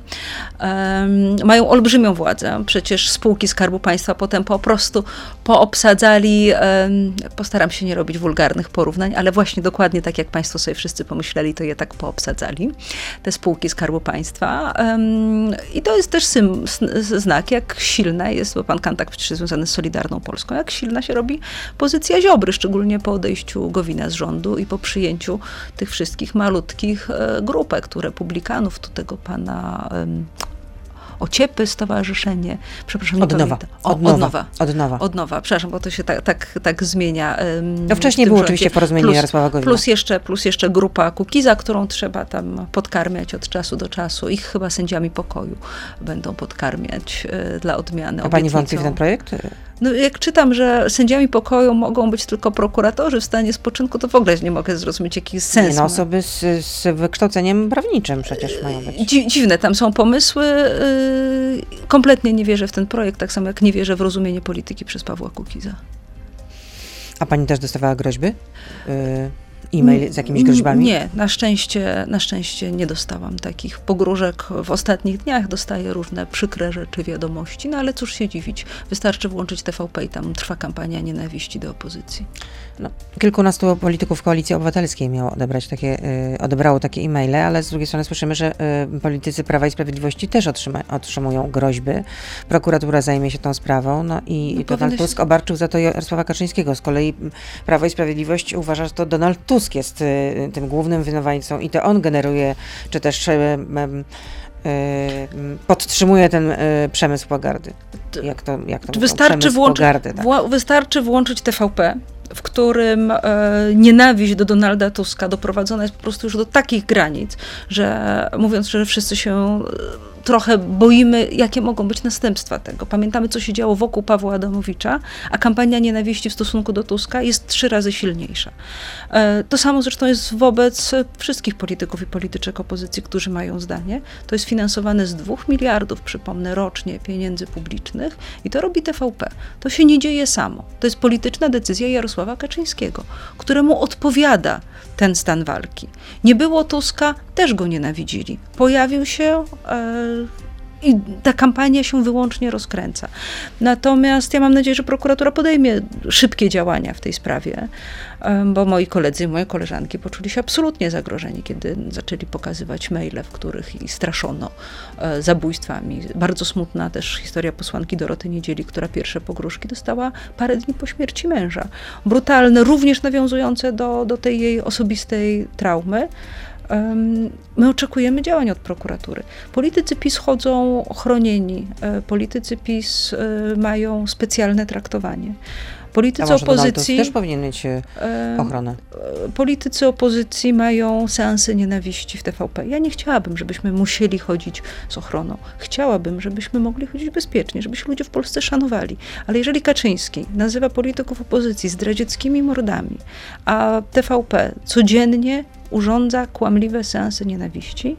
S2: Um, mają olbrzymią władzę, przecież spółki Skarbu Państwa potem po prostu poobsadzali, um, postaram się nie robić wulgarnych porównań, ale właśnie dokładnie tak, jak państwo sobie wszyscy pomyśleli, to je tak poobsadzali, te spółki Skarbu Państwa. Um, I to jest też symbol, znak, jak silna jest, bo pan Kantak przecież jest związany z Solidarną Polską, jak silna się robi pozycja Ziobry, szczególnie po odejściu Gowina z rządu i po przyjęciu tych wszystkich malutkich e, grupek, republikanów, do tego pana um, Ociepy Stowarzyszenie, przepraszam, nie
S1: od nowa.
S2: O,
S1: od, nowa.
S2: od nowa.
S1: Od nowa.
S2: Od nowa, przepraszam, bo to się tak, tak, tak zmienia. Um,
S1: no wcześniej było oczywiście porozumienie
S2: plus,
S1: Jarosława Gowina.
S2: Plus jeszcze, plus jeszcze grupa Kukiza, którą trzeba tam podkarmiać od czasu do czasu. Ich chyba sędziami pokoju będą podkarmiać y, dla odmiany.
S1: A pani wątpi w ten projekt?
S2: No, jak czytam, że sędziami pokoju mogą być tylko prokuratorzy w stanie spoczynku, to w ogóle nie mogę zrozumieć, jaki jest sens.
S1: Nie, no, osoby z, z wykształceniem prawniczym przecież mają być.
S2: Dzi- dziwne tam są pomysły. Yy, kompletnie nie wierzę w ten projekt, tak samo jak nie wierzę w rozumienie polityki przez Pawła Kukiza.
S1: A pani też dostawała groźby? Yy, e-mail z jakimiś groźbami?
S2: Nie, na szczęście, na szczęście nie dostałam takich pogróżek. W ostatnich dniach dostaję różne przykre rzeczy, wiadomości, no ale cóż się dziwić. Wystarczy włączyć T V P i tam trwa kampania nienawiści do opozycji.
S1: No, kilkunastu polityków Koalicji Obywatelskiej miało odebrać takie, y, odebrało takie e-maile, ale z drugiej strony słyszymy, że y, politycy Prawa i Sprawiedliwości też otrzyma, otrzymują groźby. Prokuratura zajmie się tą sprawą, no i no, Donald Tusk się... obarczył za to Jarosława Kaczyńskiego. Z kolei Prawo i Sprawiedliwość uważa, że to Donald Tusk jest y, tym głównym winowajcą i to on generuje, czy też y, y, y, podtrzymuje ten y, przemysł pogardy. Jak to, jak to
S2: wystarczy, włączy,
S1: pogardy, tak.
S2: wła- wystarczy włączyć T V P, w którym e, nienawiść do Donalda Tuska doprowadzona jest po prostu już do takich granic, że mówiąc szczerze, wszyscy się trochę boimy, jakie mogą być następstwa tego. Pamiętamy, co się działo wokół Pawła Adamowicza, a kampania nienawiści w stosunku do Tuska jest trzy razy silniejsza. To samo zresztą jest wobec wszystkich polityków i polityczek opozycji, którzy mają zdanie. To jest finansowane z dwóch miliardów, przypomnę, rocznie pieniędzy publicznych i to robi T V P. To się nie dzieje samo. To jest polityczna decyzja Jarosława Kaczyńskiego, któremu odpowiada ten stan walki. Nie było Tuska, też go nienawidzili. Pojawił się e, i ta kampania się wyłącznie rozkręca. Natomiast ja mam nadzieję, że prokuratura podejmie szybkie działania w tej sprawie, e, bo moi koledzy i moje koleżanki poczuli się absolutnie zagrożeni, kiedy zaczęli pokazywać maile, w których ich straszono e, zabójstwami. Bardzo smutna też historia posłanki Doroty Niedzieli, która pierwsze pogróżki dostała parę dni po śmierci męża. Brutalne, również nawiązujące do, do tej jej osobistej traumy. My oczekujemy działań od prokuratury. Politycy PiS chodzą chronieni, politycy PiS mają specjalne traktowanie. Politycy
S1: A może
S2: opozycji
S1: też powinien mieć ochronę.
S2: Politycy opozycji mają seansy nienawiści w T V P. Ja nie chciałabym, żebyśmy musieli chodzić z ochroną. Chciałabym, żebyśmy mogli chodzić bezpiecznie, żeby się ludzie w Polsce szanowali. Ale jeżeli Kaczyński nazywa polityków opozycji zdradzieckimi mordami, a T V P codziennie urządza kłamliwe seanse nienawiści,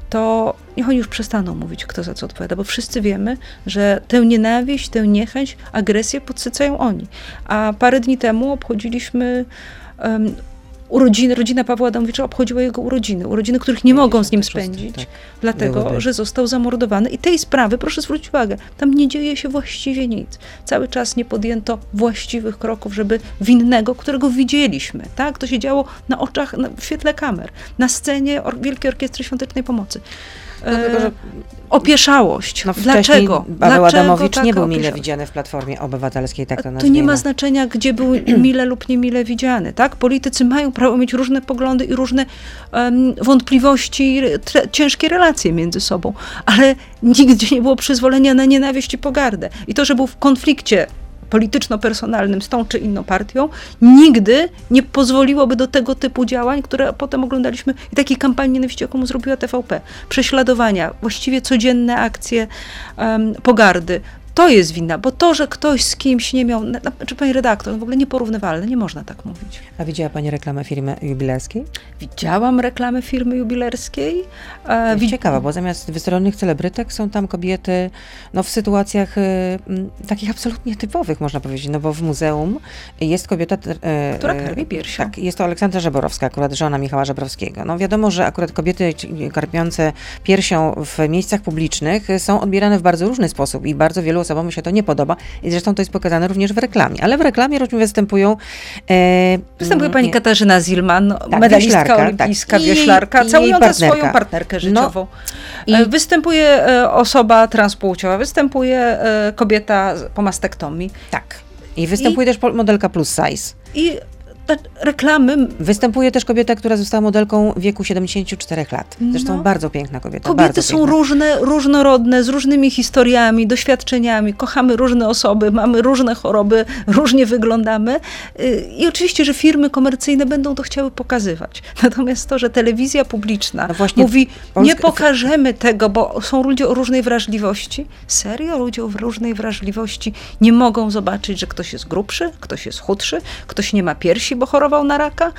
S2: to niech oni już przestaną mówić, kto za co odpowiada, bo wszyscy wiemy, że tę nienawiść, tę niechęć, agresję podsycają oni. A parę dni temu obchodziliśmy um, urodziny, rodzina Pawła Adamowicza obchodziła jego urodziny, urodziny, których nie mogą z nim spędzić, tak, dlatego, byłoby. że został zamordowany. I tej sprawy, proszę zwrócić uwagę, tam nie dzieje się właściwie nic. Cały czas nie podjęto właściwych kroków, żeby winnego, którego widzieliśmy, tak? To się działo na oczach, na, w świetle kamer, na scenie or- Wielkiej Orkiestry Świątecznej Pomocy.
S1: Dlatego, że
S2: opieszałość.
S1: No
S2: Dlaczego?
S1: Paweł Adamowicz
S2: Dlaczego
S1: nie był mile
S2: opieszałość?
S1: widziany w Platformie Obywatelskiej, tak to
S2: To
S1: nazwijmy.
S2: nie ma znaczenia, gdzie był mile lub niemile widziany, tak? Politycy mają prawo mieć różne poglądy i różne um, wątpliwości, tre, ciężkie relacje między sobą, ale nigdzie nie było przyzwolenia na nienawiść i pogardę. I to, że był w konflikcie polityczno-personalnym z tą czy inną partią, nigdy nie pozwoliłoby do tego typu działań, które potem oglądaliśmy i takiej kampanii nienawiści, jaką zrobiła T V P. Prześladowania, właściwie codzienne akcje um, pogardy. To jest wina, bo to, że ktoś z kimś nie miał, czy pani redaktor, w ogóle nieporównywalne, nie można tak mówić.
S1: A widziała pani reklamę firmy jubilerskiej?
S2: Widziałam reklamę firmy jubilerskiej.
S1: E, Wi- ciekawa, bo zamiast wystronnych celebrytek są tam kobiety no, w sytuacjach e, m, takich absolutnie typowych, można powiedzieć, no bo w muzeum jest kobieta... E,
S2: która karmi piersią.
S1: Tak, jest to Aleksandra Żeborowska, akurat żona Michała Żebrowskiego. No wiadomo, że akurat kobiety karmiące piersią w miejscach publicznych są odbierane w bardzo różny sposób i bardzo wielu osobom się to nie podoba i zresztą to jest pokazane również w reklamie. Ale w reklamie również występują... E,
S2: Występuje pani nie. Katarzyna Zilman,
S1: tak,
S2: medalistka
S1: wioślarka,
S2: olimpijska,
S1: tak.
S2: wioślarka,
S1: I,
S2: całująca
S1: i
S2: swoją partnerkę życiową.
S1: No, i...
S2: Występuje osoba transpłciowa, występuje kobieta po mastektomii.
S1: Tak. I występuje I... też modelka plus size.
S2: I te reklamy...
S1: Występuje też kobieta, która została modelką w wieku siedemdziesięciu czterech lat. Zresztą no. bardzo piękna kobieta.
S2: Kobiety
S1: bardzo
S2: są
S1: piękna.
S2: różne, różnorodne, z różnymi historiami, doświadczeniami. Kochamy różne osoby, mamy różne choroby, różnie wyglądamy. I oczywiście, że firmy komercyjne będą to chciały pokazywać. Natomiast to, że telewizja publiczna no mówi, Polska... nie pokażemy tego, bo są ludzie o różnej wrażliwości. Serio? Ludzie o różnej wrażliwości nie mogą zobaczyć, że ktoś jest grubszy, ktoś jest chudszy, ktoś nie ma piersi, bo chorował na raka.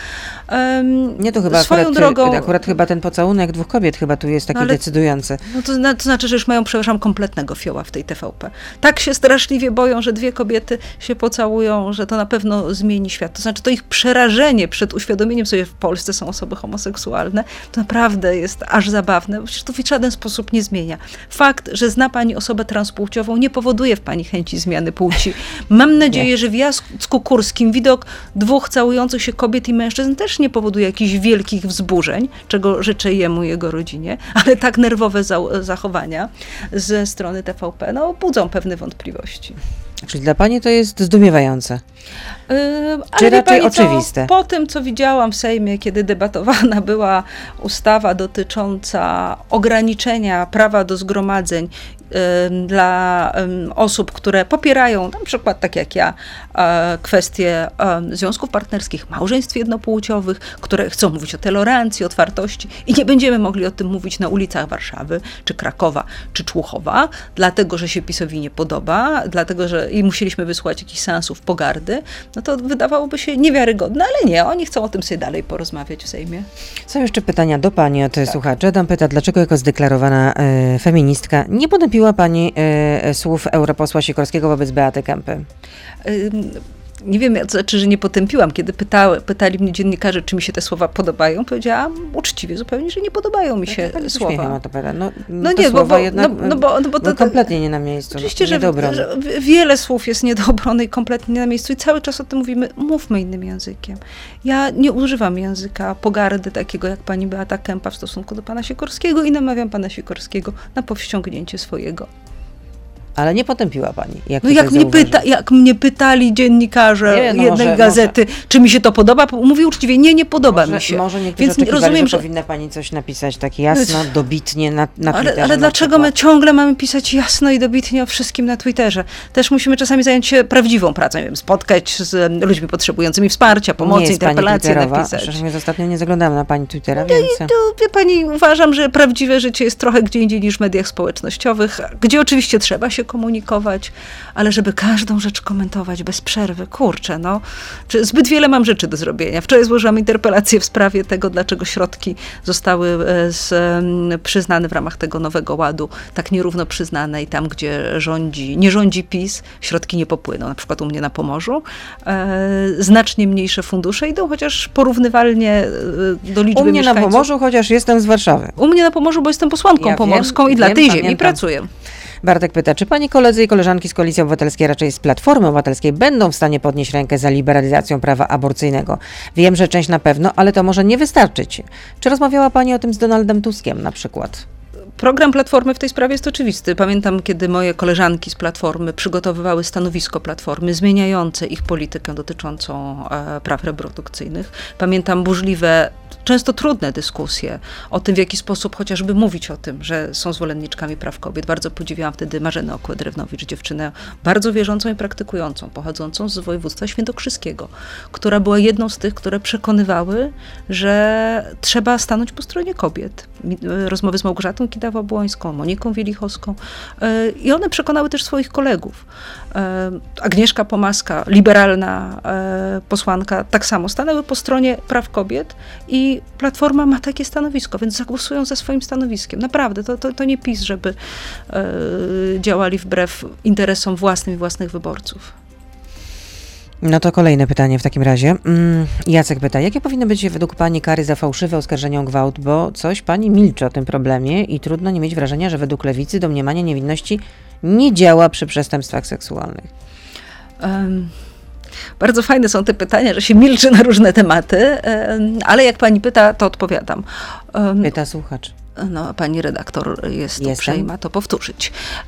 S2: Um,
S1: nie, to chyba
S2: swoją
S1: akurat,
S2: drogą...
S1: akurat chyba ten pocałunek dwóch kobiet chyba tu jest taki ale, decydujący.
S2: No to, to znaczy, że już mają, przepraszam, kompletnego fioła w tej T V P. Tak się straszliwie boją, że dwie kobiety się pocałują, że to na pewno zmieni świat. To znaczy, to ich przerażenie przed uświadomieniem sobie, że w Polsce są osoby homoseksualne, to naprawdę jest aż zabawne. Przecież to w żaden sposób nie zmienia. Fakt, że zna pani osobę transpłciową, nie powoduje w pani chęci zmiany płci. Mam nadzieję, nie. że w Jacku Kurskim widok dwóch całujących się kobiet i mężczyzn też nie powoduje jakichś wielkich wzburzeń, czego życzę jemu i jego rodzinie, ale tak nerwowe za- zachowania ze strony T V P no, budzą pewne wątpliwości.
S1: Czyli dla pani to jest zdumiewające?
S2: Yy,
S1: Czy raczej
S2: pani,
S1: oczywiste?
S2: Po tym, co widziałam w Sejmie, kiedy debatowana była ustawa dotycząca ograniczenia prawa do zgromadzeń dla osób, które popierają, na przykład tak jak ja, kwestie związków partnerskich, małżeństw jednopłciowych, które chcą mówić o tolerancji, otwartości i nie będziemy mogli o tym mówić na ulicach Warszawy, czy Krakowa, czy Człuchowa, dlatego, że się PiS-owi nie podoba, dlatego, że i musieliśmy wysłać jakichś seansów pogardy, no to wydawałoby się niewiarygodne, ale nie, oni chcą o tym sobie dalej porozmawiać w Sejmie.
S1: Są jeszcze pytania do pani od tak. słuchaczy. Adam pyta, dlaczego jako zdeklarowana e, feministka nie potępiła pani e, słów europosła Sikorskiego wobec Beaty Kempy?
S2: Y Nie wiem, to znaczy, że nie potępiłam. Kiedy pytały, pytali mnie dziennikarze, czy mi się te słowa podobają, powiedziałam uczciwie zupełnie, że nie podobają mi się
S1: pani
S2: słowa.
S1: To no,
S2: no
S1: to
S2: nie,
S1: słowa
S2: bo,
S1: jednak
S2: no, no bo, no bo to,
S1: kompletnie nie na miejscu.
S2: Oczywiście,
S1: że,
S2: że, że wiele słów jest nie do obrony i kompletnie nie na miejscu i cały czas o tym mówimy, mówmy innym językiem. Ja nie używam języka pogardy takiego jak pani Beata Kempa w stosunku do pana Sikorskiego i namawiam pana Sikorskiego na powściągnięcie swojego.
S1: Ale nie potępiła pani. Jak
S2: no jak mnie, pyta, jak mnie pytali dziennikarze nie, no jednej może, gazety, może. czy mi się to podoba, mówię uczciwie, nie, nie podoba
S1: może,
S2: mi się.
S1: Może niektórzy Więc rozumiem, że powinna pani coś napisać tak jasno, dobitnie na, na Twitterze.
S2: Ale, ale dlaczego my ciągle mamy pisać jasno i dobitnie o wszystkim na Twitterze? Też musimy czasami zająć się prawdziwą pracą, nie wiem, spotkać z ludźmi potrzebującymi wsparcia, pomocy, interpelacje napisać.
S1: Szczerze mówiąc, ostatnio nie zaglądałam na pani Twittera, no więc...
S2: I to, wie pani, uważam, że prawdziwe życie jest trochę gdzie indziej niż w mediach społecznościowych, gdzie oczywiście trzeba się komunikować, ale żeby każdą rzecz komentować bez przerwy, kurczę, no. Zbyt wiele mam rzeczy do zrobienia. Wczoraj złożyłam interpelację w sprawie tego, dlaczego środki zostały z, przyznane w ramach tego nowego ładu, tak nierówno przyznane i tam, gdzie rządzi, nie rządzi PiS, środki nie popłyną. Na przykład u mnie na Pomorzu e, znacznie mniejsze fundusze idą, chociaż porównywalnie do liczby
S1: mieszkańców. U mnie
S2: mieszkańców.
S1: na Pomorzu, chociaż jestem z Warszawy.
S2: U mnie na Pomorzu, bo jestem posłanką
S1: ja
S2: pomorską
S1: wiem,
S2: i dla
S1: wiem,
S2: tej
S1: pamiętam.
S2: ziemi pracuję.
S1: Bartek pyta, czy pani koledzy i koleżanki z Koalicji Obywatelskiej, raczej z Platformy Obywatelskiej, będą w stanie podnieść rękę za liberalizacją prawa aborcyjnego? Wiem, że część na pewno, ale to może nie wystarczyć. Czy rozmawiała pani o tym z Donaldem Tuskiem na przykład?
S2: Program Platformy w tej sprawie jest oczywisty. Pamiętam, kiedy moje koleżanki z Platformy przygotowywały stanowisko Platformy zmieniające ich politykę dotyczącą e, praw reprodukcyjnych. Pamiętam burzliwe, często trudne dyskusje o tym, w jaki sposób chociażby mówić o tym, że są zwolenniczkami praw kobiet. Bardzo podziwiałam wtedy Marzenę Okłę-Drewnowicz, dziewczynę bardzo wierzącą i praktykującą, pochodzącą z województwa świętokrzyskiego, która była jedną z tych, które przekonywały, że trzeba stanąć po stronie kobiet. Rozmowy z Małgorzatą Kidawa-Błońską, Moniką Wielichowską i one przekonały też swoich kolegów. Agnieszka Pomaska, liberalna posłanka, tak samo stanęły po stronie praw kobiet i Platforma ma takie stanowisko, więc zagłosują za swoim stanowiskiem. Naprawdę, to, to, to nie PiS, żeby działali wbrew interesom własnym i własnych wyborców.
S1: No to kolejne pytanie w takim razie. Jacek pyta, jakie powinny być według pani kary za fałszywe oskarżenie o gwałt, bo coś pani milczy o tym problemie i trudno nie mieć wrażenia, że według lewicy domniemanie niewinności nie działa przy przestępstwach seksualnych. Um.
S2: Bardzo fajne są te pytania, że się milczy na różne tematy, ale jak pani pyta, to odpowiadam.
S1: Pyta słuchacz.
S2: No, pani redaktor jest uprzejma to powtórzyć.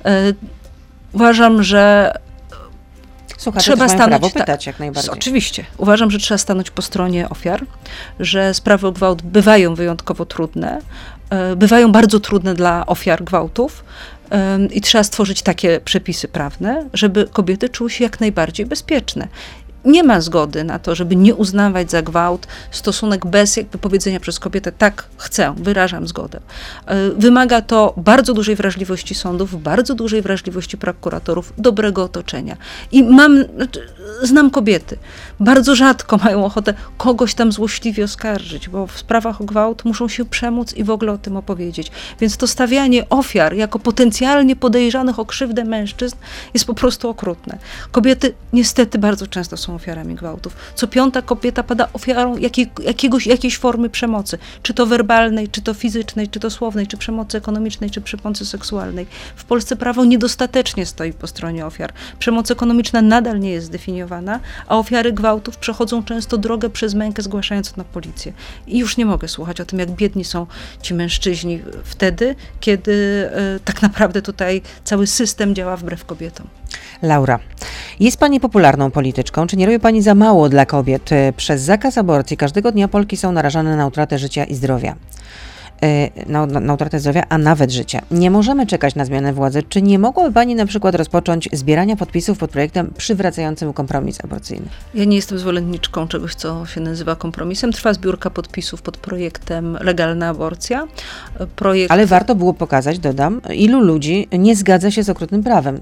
S2: Uważam, że
S1: Słuchacze
S2: trzeba stanąć
S1: prawo pytać jak najbardziej.
S2: Oczywiście. Uważam, że trzeba stanąć po stronie ofiar, że sprawy o gwałt bywają wyjątkowo trudne, bywają bardzo trudne dla ofiar gwałtów i trzeba stworzyć takie przepisy prawne, żeby kobiety czuły się jak najbardziej bezpieczne. Nie ma zgody na to, żeby nie uznawać za gwałt stosunek bez jakby powiedzenia przez kobietę tak, chcę, wyrażam zgodę. Wymaga to bardzo dużej wrażliwości sądów, bardzo dużej wrażliwości prokuratorów, dobrego otoczenia. I mam, znaczy, znam kobiety, bardzo rzadko mają ochotę kogoś tam złośliwie oskarżyć, bo w sprawach o gwałt muszą się przemóc i w ogóle o tym opowiedzieć. Więc to stawianie ofiar jako potencjalnie podejrzanych o krzywdę mężczyzn jest po prostu okrutne. Kobiety niestety bardzo często są ofiarami gwałtów. Co piąta kobieta pada ofiarą jakiej, jakiegoś, jakiejś formy przemocy, czy to werbalnej, czy to fizycznej, czy to słownej, czy przemocy ekonomicznej, czy przemocy seksualnej. W Polsce prawo niedostatecznie stoi po stronie ofiar. Przemoc ekonomiczna nadal nie jest zdefiniowana, a ofiary gwałtów przechodzą często drogę przez mękę, zgłaszając na policję. I już nie mogę słuchać o tym, jak biedni są ci mężczyźni wtedy, kiedy y, tak naprawdę tutaj cały system działa wbrew kobietom.
S1: Laura, jest pani popularną polityczką. Czy nie robi pani za mało dla kobiet? Przez zakaz aborcji każdego dnia Polki są narażane na utratę życia i zdrowia. na, na, na utratę zdrowia, a nawet życia. Nie możemy czekać na zmianę władzy. Czy nie mogłaby Pani na przykład rozpocząć zbierania podpisów pod projektem przywracającym kompromis aborcyjny?
S2: Ja nie jestem zwolenniczką czegoś, co się nazywa kompromisem. Trwa zbiórka podpisów pod projektem Legalna aborcja. Projekt...
S1: Ale warto było pokazać, dodam, ilu ludzi nie zgadza się z okrutnym prawem.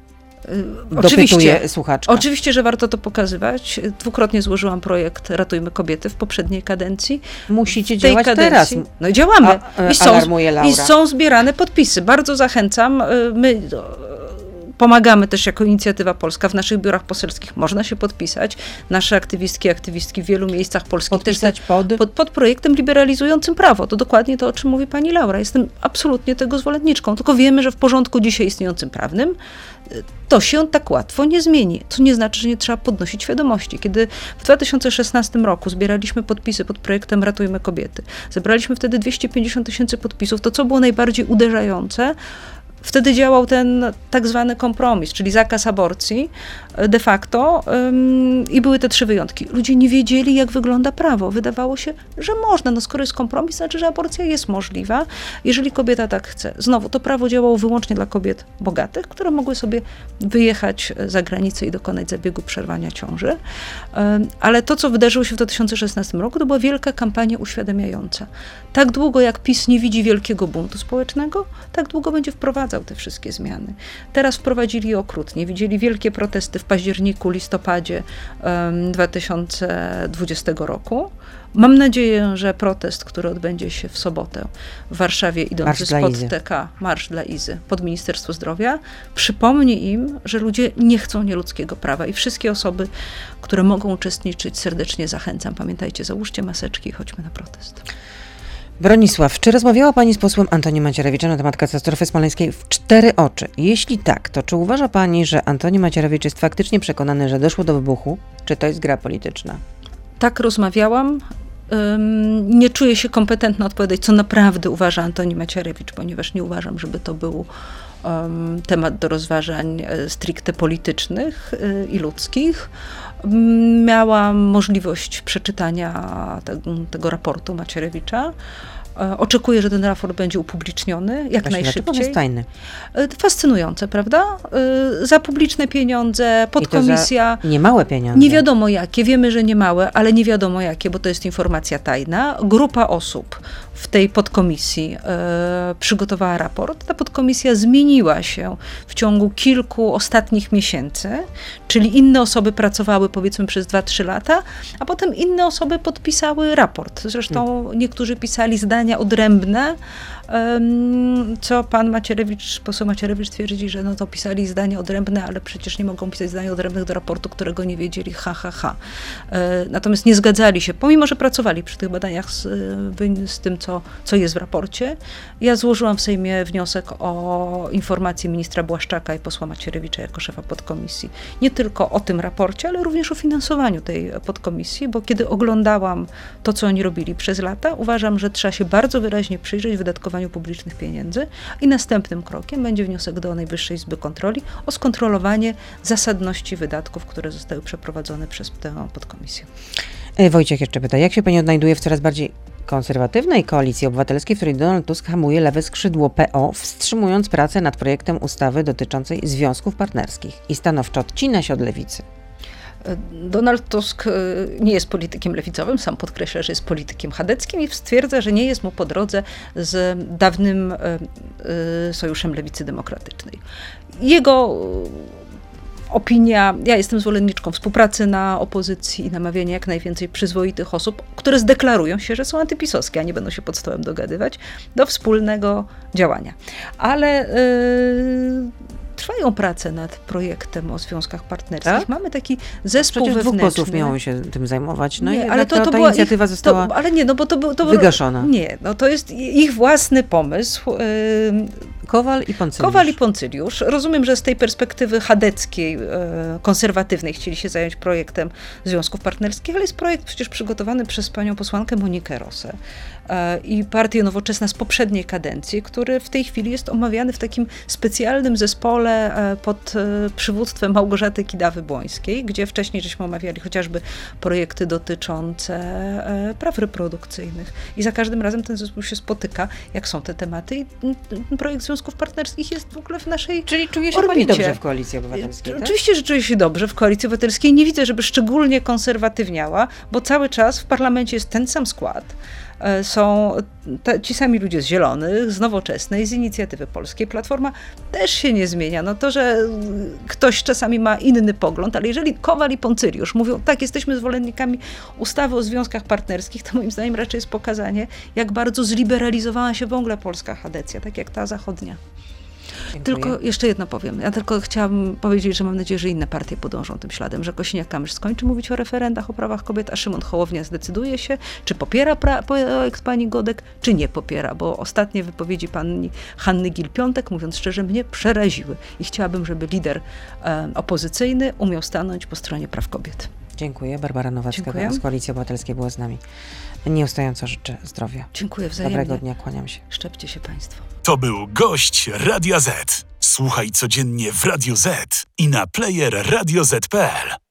S2: Oczywiście,
S1: słuchaczka.
S2: oczywiście, że warto to pokazywać. Dwukrotnie złożyłam projekt Ratujmy Kobiety w poprzedniej kadencji.
S1: Musicie
S2: w tej
S1: działać
S2: kadencji,
S1: teraz.
S2: No i działamy.
S1: A,
S2: I, są,
S1: alarmuje Laura.
S2: I są zbierane podpisy. Bardzo zachęcam. My pomagamy też jako Inicjatywa Polska w naszych biurach poselskich. Można się podpisać. Nasze aktywistki, aktywistki w wielu miejscach polskich
S1: Podpisać
S2: też
S1: pod?
S2: pod, pod projektem liberalizującym prawo. To dokładnie to, o czym mówi pani Laura. Jestem absolutnie tego zwolenniczką. Tylko wiemy, że w porządku dzisiaj istniejącym prawnym to się tak łatwo nie zmieni. Co nie znaczy, że nie trzeba podnosić świadomości. Kiedy w dwa tysiące szesnastym roku zbieraliśmy podpisy pod projektem Ratujmy Kobiety, zebraliśmy wtedy dwieście pięćdziesiąt tysięcy podpisów, to co było najbardziej uderzające, wtedy działał ten tak zwany kompromis, czyli zakaz aborcji de facto ym, i były te trzy wyjątki. Ludzie nie wiedzieli, jak wygląda prawo. Wydawało się, że można. No skoro jest kompromis, znaczy, że aborcja jest możliwa, jeżeli kobieta tak chce. Znowu, to prawo działało wyłącznie dla kobiet bogatych, które mogły sobie wyjechać za granicę i dokonać zabiegu przerwania ciąży. Ym, ale to, co wydarzyło się w dwa tysiące szesnastym roku, to była wielka kampania uświadamiająca. Tak długo, jak PiS nie widzi wielkiego buntu społecznego, tak długo będzie wprowadzał te wszystkie zmiany. Teraz wprowadzili je okrutnie. Widzieli wielkie protesty w październiku, listopadzie um, dwa tysiące dwudziestego roku. Mam nadzieję, że protest, który odbędzie się w sobotę w Warszawie, idący spod T K, Marsz dla Izy, pod Ministerstwo Zdrowia, przypomni im, że ludzie nie chcą nieludzkiego prawa i wszystkie osoby, które mogą uczestniczyć, serdecznie zachęcam. Pamiętajcie, załóżcie maseczki i chodźmy na protest.
S1: Bronisław, czy rozmawiała Pani z posłem Antoniem Macierewiczem na temat katastrofy smoleńskiej w cztery oczy? Jeśli tak, to czy uważa Pani, że Antoni Macierewicz jest faktycznie przekonany, że doszło do wybuchu, czy to jest gra polityczna?
S2: Tak, rozmawiałam. Um, nie czuję się kompetentna odpowiadać, co naprawdę uważa Antoni Macierewicz, ponieważ nie uważam, żeby to był um, temat do rozważań stricte politycznych y, i ludzkich. Um, miałam możliwość przeczytania te, tego raportu Macierewicza. Oczekuję, że ten raport będzie upubliczniony jak
S1: Właśnie,
S2: najszybciej.
S1: To jest tajny.
S2: Fascynujące, prawda? Za publiczne pieniądze, podkomisja.
S1: I to za niemałe pieniądze.
S2: Nie wiadomo jakie, wiemy, że niemałe, ale nie wiadomo jakie, bo to jest informacja tajna. Grupa osób w tej podkomisji e, przygotowała raport. Ta podkomisja zmieniła się w ciągu kilku ostatnich miesięcy, czyli inne osoby pracowały powiedzmy przez dwa trzy lata, a potem inne osoby podpisały raport. Zresztą niektórzy pisali zdania odrębne, co pan Macierewicz, poseł Macierewicz twierdzi, że no to pisali zdania odrębne, ale przecież nie mogą pisać zdań odrębnych do raportu, którego nie wiedzieli, ha, ha, ha. Natomiast nie zgadzali się, pomimo że pracowali przy tych badaniach z, z tym, co, co jest w raporcie. Ja złożyłam w Sejmie wniosek o informację ministra Błaszczaka i posła Macierewicza jako szefa podkomisji. Nie tylko o tym raporcie, ale również o finansowaniu tej podkomisji, bo kiedy oglądałam to, co oni robili przez lata, uważam, że trzeba się bardzo wyraźnie przyjrzeć wydatkowaniu publicznych pieniędzy i następnym krokiem będzie wniosek do Najwyższej Izby Kontroli o skontrolowanie zasadności wydatków, które zostały przeprowadzone przez tę podkomisję.
S1: Wojciech jeszcze pyta, jak się Pani odnajduje w coraz bardziej konserwatywnej koalicji obywatelskiej, w której Donald Tusk hamuje lewe skrzydło P O, wstrzymując pracę nad projektem ustawy dotyczącej związków partnerskich i stanowczo odcina się od lewicy?
S2: Donald Tusk nie jest politykiem lewicowym, sam podkreśla, że jest politykiem chadeckim i stwierdza, że nie jest mu po drodze z dawnym sojuszem lewicy demokratycznej. Jego opinia, ja jestem zwolenniczką współpracy na opozycji i namawiania jak najwięcej przyzwoitych osób, które zdeklarują się, że są antypisowskie, a nie będą się pod stołem dogadywać, do wspólnego działania. Ale yy, trwają prace nad projektem o związkach partnerskich. Tak? Mamy taki zespół
S1: Przecież
S2: wewnętrzny.
S1: Dwóch posłów miało się tym zajmować. No
S2: nie,
S1: i
S2: ale to,
S1: ta,
S2: to
S1: ta
S2: była
S1: inicjatywa
S2: ich,
S1: została
S2: to, ale nie, no bo to, to
S1: wygaszona.
S2: Nie, no to jest ich własny pomysł. Yy,
S1: Kowal i Poncyliusz.
S2: Kowal i Poncyliusz. Rozumiem, że z tej perspektywy chadeckiej, e, konserwatywnej chcieli się zająć projektem związków partnerskich, ale jest projekt przecież przygotowany przez panią posłankę Monikę Rosę e, i partię Nowoczesna z poprzedniej kadencji, który w tej chwili jest omawiany w takim specjalnym zespole e, pod e, przywództwem Małgorzaty Kidawy-Błońskiej, gdzie wcześniej żeśmy omawiali chociażby projekty dotyczące e, praw reprodukcyjnych. I za każdym razem ten zespół się spotyka, jak są te tematy i ten projekt związków partnerskich jest w ogóle w naszej
S1: Czyli czuje się
S2: orbicie.
S1: pani dobrze w Koalicji Obywatelskiej, tak?
S2: Oczywiście, że czuję się dobrze w Koalicji Obywatelskiej. Nie widzę, żeby szczególnie konserwatywniała, bo cały czas w parlamencie jest ten sam skład. Są te, ci sami ludzie z Zielonych, z Nowoczesnej, z Inicjatywy Polskiej. Platforma też się nie zmienia. No to, że ktoś czasami ma inny pogląd, ale jeżeli Kowal i Poncyliusz mówią, tak, jesteśmy zwolennikami ustawy o związkach partnerskich, to moim zdaniem raczej jest pokazanie, jak bardzo zliberalizowała się w ogóle polska chadecja, tak jak ta zachodnia.
S1: Dziękuję.
S2: Tylko jeszcze jedno powiem. Ja tylko chciałam powiedzieć, że mam nadzieję, że inne partie podążą tym śladem, że Kosiniak-Kamysz skończy mówić o referendach, o prawach kobiet, a Szymon Hołownia zdecyduje się, czy popiera pra- projekt pani Godek, czy nie popiera, bo ostatnie wypowiedzi pani Hanny Gill-Piątek, mówiąc szczerze, mnie przeraziły i chciałabym, żeby lider e, opozycyjny umiał stanąć po stronie praw kobiet.
S1: Dziękuję. Barbara Nowacka
S2: Dziękuję.
S1: z Koalicji Obywatelskiej była z nami. Nieustająco życzę zdrowia.
S2: Dziękuję wzajemnie.
S1: Dobrego dnia, kłaniam się.
S2: Szczepcie się państwo.
S3: To był gość Radia Z. Słuchaj codziennie w Radio Z i na player radio zet kropka pe el.